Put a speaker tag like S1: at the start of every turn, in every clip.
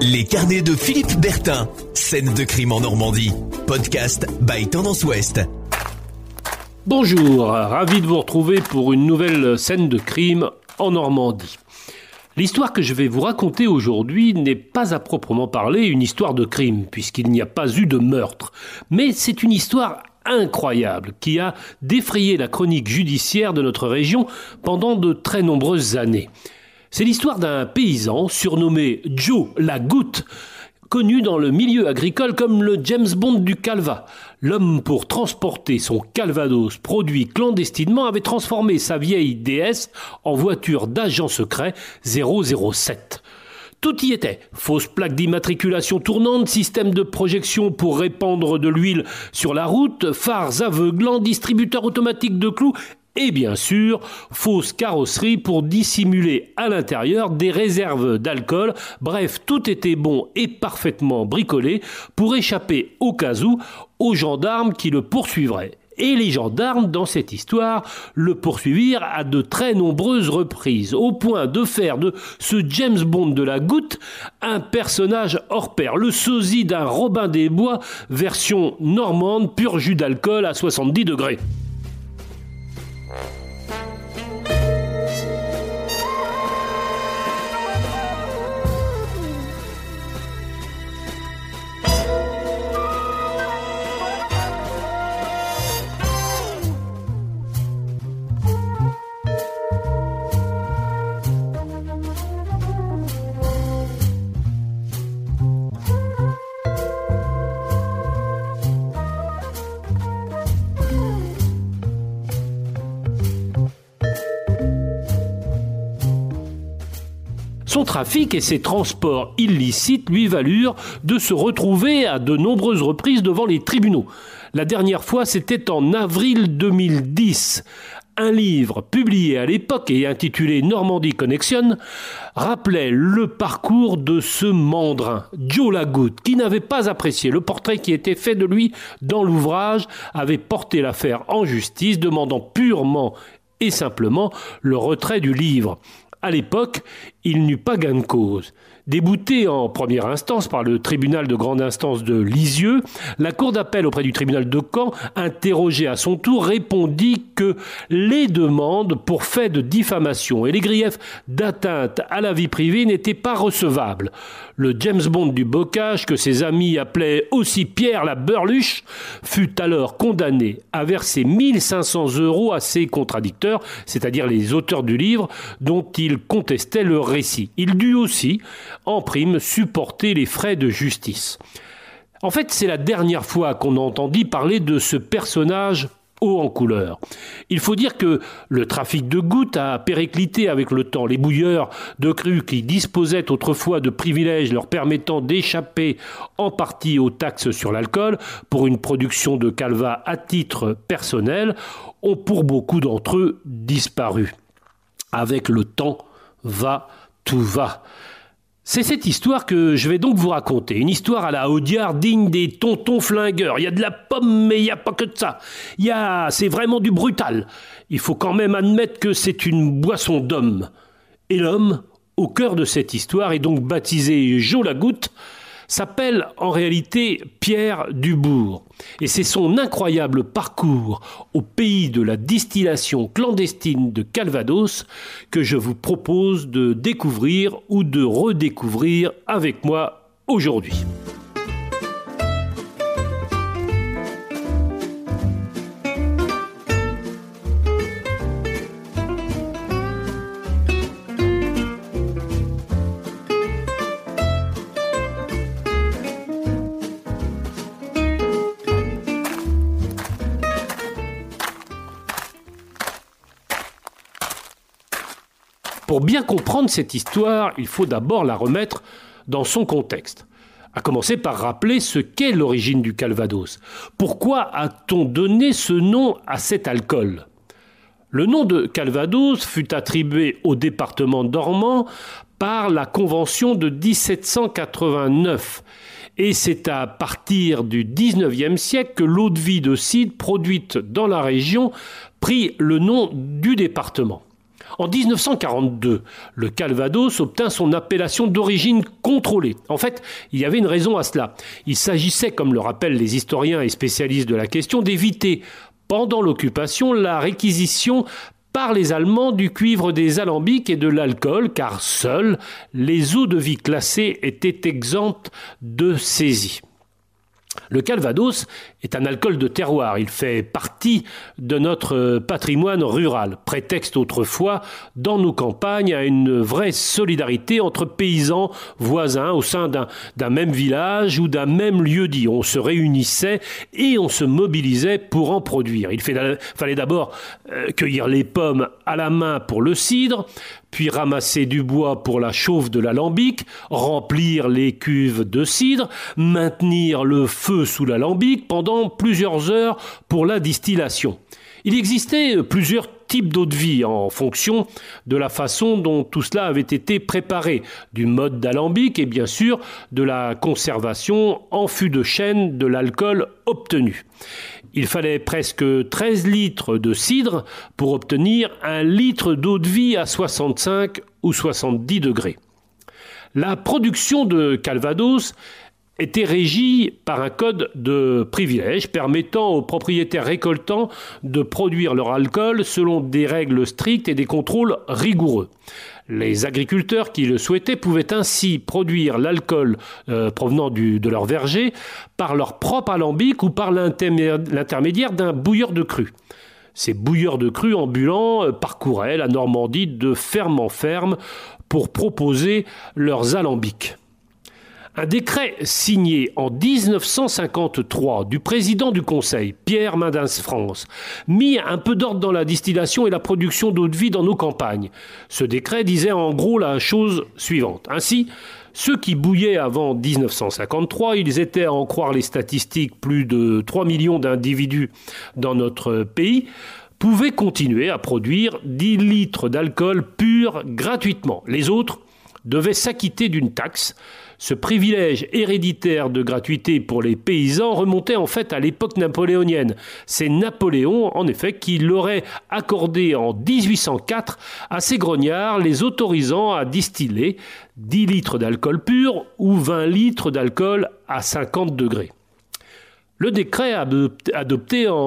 S1: Les carnets de Philippe Bertin. Scène de crime en Normandie. Podcast by Tendance Ouest.
S2: Bonjour, ravi de vous retrouver pour une nouvelle scène de crime en Normandie. L'histoire que je vais vous raconter aujourd'hui n'est pas à proprement parler une histoire de crime, puisqu'il n'y a pas eu de meurtre. Mais c'est une histoire incroyable qui a défrayé la chronique judiciaire de notre région pendant de très nombreuses années. C'est l'histoire d'un paysan surnommé Joe la Goutte, connu dans le milieu agricole comme le James Bond du Calva. L'homme, pour transporter son Calvados produit clandestinement, avait transformé sa vieille DS en voiture d'agent secret 007. Tout y était. Fausse plaque d'immatriculation tournante, système de projection pour répandre de l'huile sur la route, phares aveuglants, distributeur automatique de clous et bien sûr, fausse carrosserie pour dissimuler à l'intérieur des réserves d'alcool. Bref, tout était bon et parfaitement bricolé pour échapper au cas où aux gendarmes qui le poursuivraient. Et les gendarmes, dans cette histoire, le poursuivirent à de très nombreuses reprises, au point de faire de ce James Bond de la Goutte un personnage hors pair, le sosie d'un Robin des Bois, version normande, pur jus d'alcool à 70 degrés. Son trafic et ses transports illicites lui valurent de se retrouver à de nombreuses reprises devant les tribunaux. La dernière fois, c'était en avril 2010. Un livre publié à l'époque et intitulé Normandie Connection rappelait le parcours de ce mandrin, Joe la Goutte, qui n'avait pas apprécié le portrait qui était fait de lui dans l'ouvrage, avait porté l'affaire en justice, demandant purement et simplement le retrait du livre. À l'époque, il n'eut pas gain de cause. Débouté en première instance par le tribunal de grande instance de Lisieux, la cour d'appel auprès du tribunal de Caen, interrogée à son tour, répondit que les demandes pour fait de diffamation et les griefs d'atteinte à la vie privée n'étaient pas recevables. Le James Bond du bocage, que ses amis appelaient aussi Pierre la Beurluche, fut alors condamné à verser 1 500 € à ses contradicteurs, c'est-à-dire les auteurs du livre dont il contestait le récit. Il dut aussi, en prime, supporter les frais de justice. En fait, c'est la dernière fois qu'on entendit parler de ce personnage haut en couleur. Il faut dire que le trafic de gouttes a périclité avec le temps. Les bouilleurs de cru qui disposaient autrefois de privilèges leur permettant d'échapper en partie aux taxes sur l'alcool pour une production de calva à titre personnel ont pour beaucoup d'entre eux disparu. Avec le temps, tout va. C'est cette histoire que je vais donc vous raconter. Une histoire à la Audiard digne des tontons flingueurs. Il y a de la pomme, mais il n'y a pas que de ça. C'est vraiment du brutal. Il faut quand même admettre que c'est une boisson d'homme. Et l'homme, au cœur de cette histoire, est donc baptisé Joe la Goutte, s'appelle en réalité Pierre Dubourg. Et c'est son incroyable parcours au pays de la distillation clandestine de Calvados que je vous propose de découvrir ou de redécouvrir avec moi aujourd'hui. Pour bien comprendre cette histoire, il faut d'abord la remettre dans son contexte. À commencer par rappeler ce qu'est l'origine du Calvados. Pourquoi a-t-on donné ce nom à cet alcool ? Le nom de Calvados fut attribué au département normand par la Convention de 1789. Et c'est à partir du XIXe siècle que l'eau-de-vie de cidre produite dans la région prit le nom du département. En 1942, le Calvados obtint son appellation d'origine contrôlée. En fait, il y avait une raison à cela. Il s'agissait, comme le rappellent les historiens et spécialistes de la question, d'éviter, pendant l'occupation, la réquisition par les Allemands du cuivre des alambics et de l'alcool, car seules les eaux-de-vie classées étaient exemptes de saisie. Le Calvados est un alcool de terroir, il fait partie de notre patrimoine rural, prétexte autrefois dans nos campagnes à une vraie solidarité entre paysans voisins au sein d'un même village ou d'un même lieu-dit. On se réunissait et on se mobilisait pour en produire. Il fallait d'abord cueillir les pommes à la main pour le cidre, puis ramasser du bois pour la chauffe de l'alambic, remplir les cuves de cidre, maintenir le feu sous l'alambic pendant plusieurs heures pour la distillation. Il existait plusieurs types d'eau-de-vie en fonction de la façon dont tout cela avait été préparé, du mode d'alambic et bien sûr de la conservation en fût de chêne de l'alcool obtenu. Il fallait presque 13 litres de cidre pour obtenir 1 litre d'eau-de-vie à 65 ou 70 degrés. La production de Calvados était régie par un code de privilège permettant aux propriétaires récoltants de produire leur alcool selon des règles strictes et des contrôles rigoureux. Les agriculteurs qui le souhaitaient pouvaient ainsi produire l'alcool provenant de leur verger par leur propre alambic ou par l'intermédiaire d'un bouilleur de cru. Ces bouilleurs de cru ambulants parcouraient la Normandie de ferme en ferme pour proposer leurs alambics. Un décret signé en 1953 du président du Conseil, Pierre Mendès France, mit un peu d'ordre dans la distillation et la production d'eau-de-vie dans nos campagnes. Ce décret disait en gros la chose suivante. Ainsi, ceux qui bouillaient avant 1953, ils étaient, à en croire les statistiques, plus de 3 millions d'individus dans notre pays, pouvaient continuer à produire 10 litres d'alcool pur gratuitement. Les autres devaient s'acquitter d'une taxe. Ce privilège héréditaire de gratuité pour les paysans remontait en fait à l'époque napoléonienne. C'est Napoléon, en effet, qui l'aurait accordé en 1804 à ses grognards, les autorisant à distiller 10 litres d'alcool pur ou 20 litres d'alcool à 50 degrés. Le décret adopté en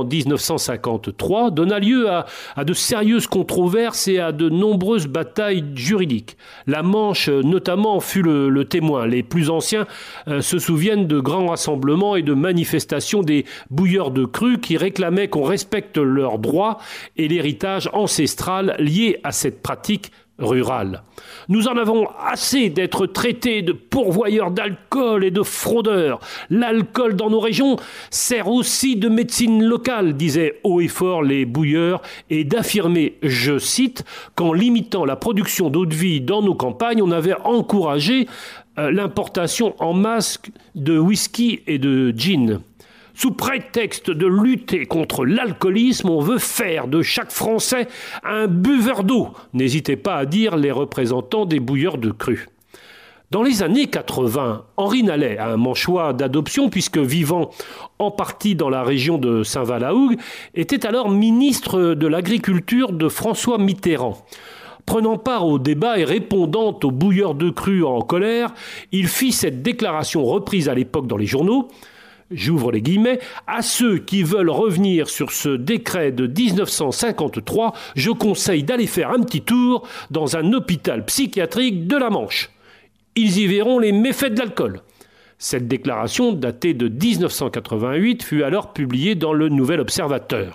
S2: 1953 donna lieu à de sérieuses controverses et à de nombreuses batailles juridiques. La Manche, notamment, fut le témoin. Les plus anciens se souviennent de grands rassemblements et de manifestations des bouilleurs de cru qui réclamaient qu'on respecte leurs droits et l'héritage ancestral lié à cette pratique rurale. Nous en avons assez d'être traités de pourvoyeurs d'alcool et de fraudeurs. L'alcool dans nos régions sert aussi de médecine locale, disaient haut et fort les bouilleurs, et d'affirmer, je cite, qu'en limitant la production d'eau-de-vie dans nos campagnes, on avait encouragé l'importation en masse de whisky et de gin. Sous prétexte de lutter contre l'alcoolisme, on veut faire de chaque Français un buveur d'eau, n'hésitez pas à dire les représentants des bouilleurs de cru. Dans les années 80, Henri Nallet a un manchois d'adoption puisque vivant en partie dans la région de Saint-Val-la-Hougue, était alors ministre de l'Agriculture de François Mitterrand. Prenant part au débat et répondant aux bouilleurs de cru en colère, il fit cette déclaration reprise à l'époque dans les journaux. J'ouvre les guillemets, à ceux qui veulent revenir sur ce décret de 1953, je conseille d'aller faire un petit tour dans un hôpital psychiatrique de la Manche. Ils y verront les méfaits de l'alcool. Cette déclaration, datée de 1988, fut alors publiée dans le Nouvel Observateur.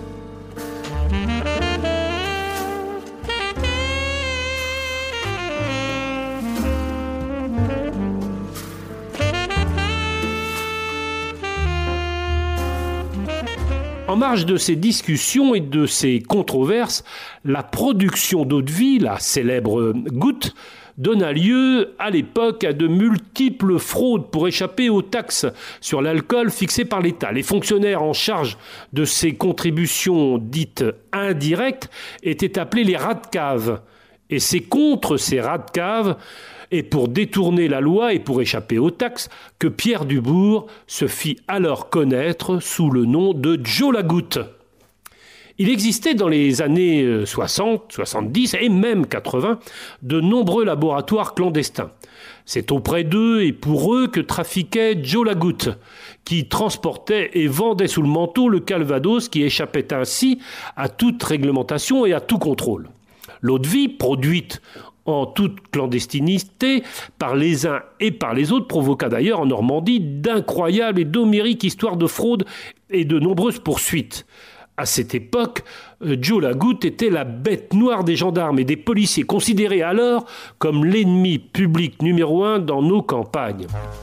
S2: En marge de ces discussions et de ces controverses, la production d'eau-de-vie, la célèbre goutte, donna lieu à l'époque à de multiples fraudes pour échapper aux taxes sur l'alcool fixées par l'État. Les fonctionnaires en charge de ces contributions dites indirectes étaient appelés les rats de cave. Et c'est contre ces rats de cave et pour détourner la loi et pour échapper aux taxes que Pierre Dubourg se fit alors connaître sous le nom de Joe Lagoutte. Il existait dans les années 60, 70 et même 80 de nombreux laboratoires clandestins. C'est auprès d'eux et pour eux que trafiquait Joe Lagoutte, qui transportait et vendait sous le manteau le Calvados qui échappait ainsi à toute réglementation et à tout contrôle. L'eau-de-vie, produite en toute clandestinité par les uns et par les autres, provoqua d'ailleurs en Normandie d'incroyables et d'homériques histoires de fraude et de nombreuses poursuites. À cette époque, Joe Lagoutte était la bête noire des gendarmes et des policiers, considéré alors comme l'ennemi public numéro 1 dans nos campagnes.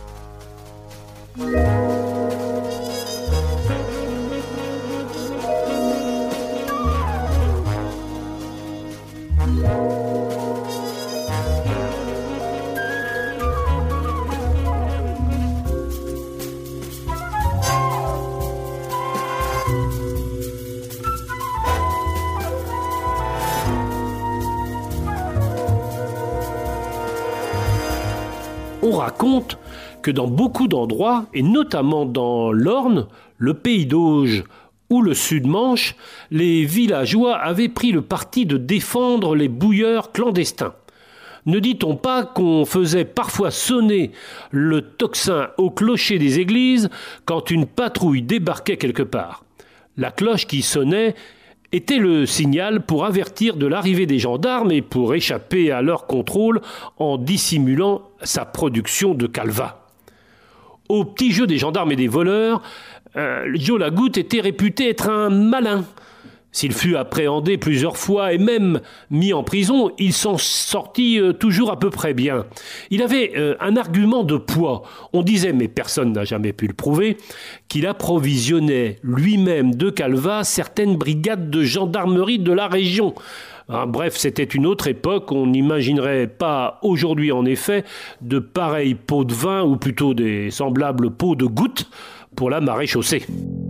S2: On raconte que dans beaucoup d'endroits, et notamment dans l'Orne, le Pays d'Auge ou le Sud-Manche, les villageois avaient pris le parti de défendre les bouilleurs clandestins. Ne dit-on pas qu'on faisait parfois sonner le tocsin au clocher des églises quand une patrouille débarquait quelque part ? La cloche qui sonnait était le signal pour avertir de l'arrivée des gendarmes et pour échapper à leur contrôle en dissimulant sa production de calva. Au petit jeu des gendarmes et des voleurs, Joe Lagoutte était réputé être un malin. S'il fut appréhendé plusieurs fois et même mis en prison, il s'en sortit toujours à peu près bien. Il avait un argument de poids. On disait, mais personne n'a jamais pu le prouver, qu'il approvisionnait lui-même de calva certaines brigades de gendarmerie de la région. Bref, c'était une autre époque, on n'imaginerait pas aujourd'hui en effet de pareils pots de vin, ou plutôt des semblables pots de gouttes pour la maréchaussée.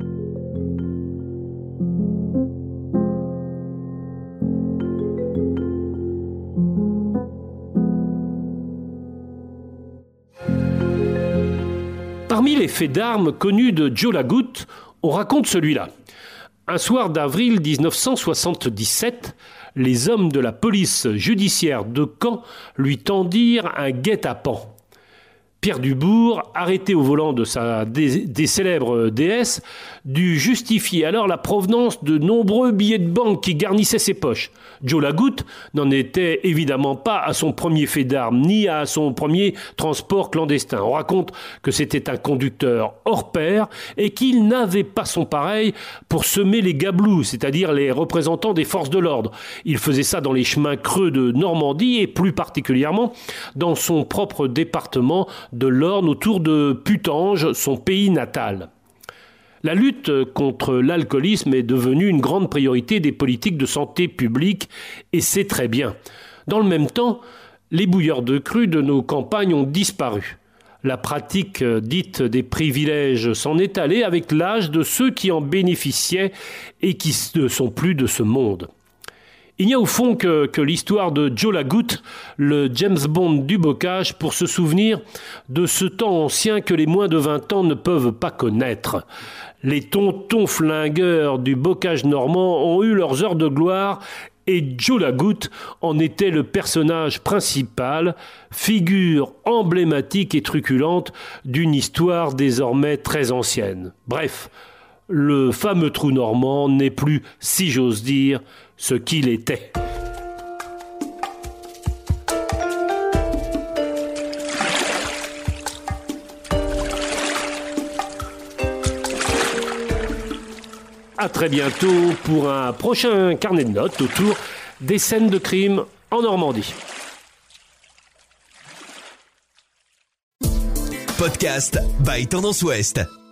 S2: Parmi les faits d'armes connus de Joe Lagoutte, on raconte celui-là. Un soir d'avril 1977, les hommes de la police judiciaire de Caen lui tendirent un guet-apens. Pierre Dubourg, arrêté au volant de sa des célèbres DS, dut justifier alors la provenance de nombreux billets de banque qui garnissaient ses poches. Joe Lagoutte n'en était évidemment pas à son premier fait d'armes, ni à son premier transport clandestin. On raconte que c'était un conducteur hors pair et qu'il n'avait pas son pareil pour semer les gablous, c'est-à-dire les représentants des forces de l'ordre. Il faisait ça dans les chemins creux de Normandie et plus particulièrement dans son propre département de l'Orne, autour de Putange, son pays natal. La lutte contre l'alcoolisme est devenue une grande priorité des politiques de santé publique, et c'est très bien. Dans le même temps, les bouilleurs de cru de nos campagnes ont disparu. La pratique dite des privilèges s'en est allée avec l'âge de ceux qui en bénéficiaient et qui ne sont plus de ce monde. Il n'y a au fond que l'histoire de Joe Lagoutte, le James Bond du bocage, pour se souvenir de ce temps ancien que les moins de 20 ans ne peuvent pas connaître. Les tontons flingueurs du bocage normand ont eu leurs heures de gloire et Joe Lagoutte en était le personnage principal, figure emblématique et truculente d'une histoire désormais très ancienne. Bref, le fameux trou normand n'est plus, si j'ose dire, ce qu'il était. À très bientôt pour un prochain carnet de notes autour des scènes de crime en Normandie.
S1: Podcast by Tendance Ouest.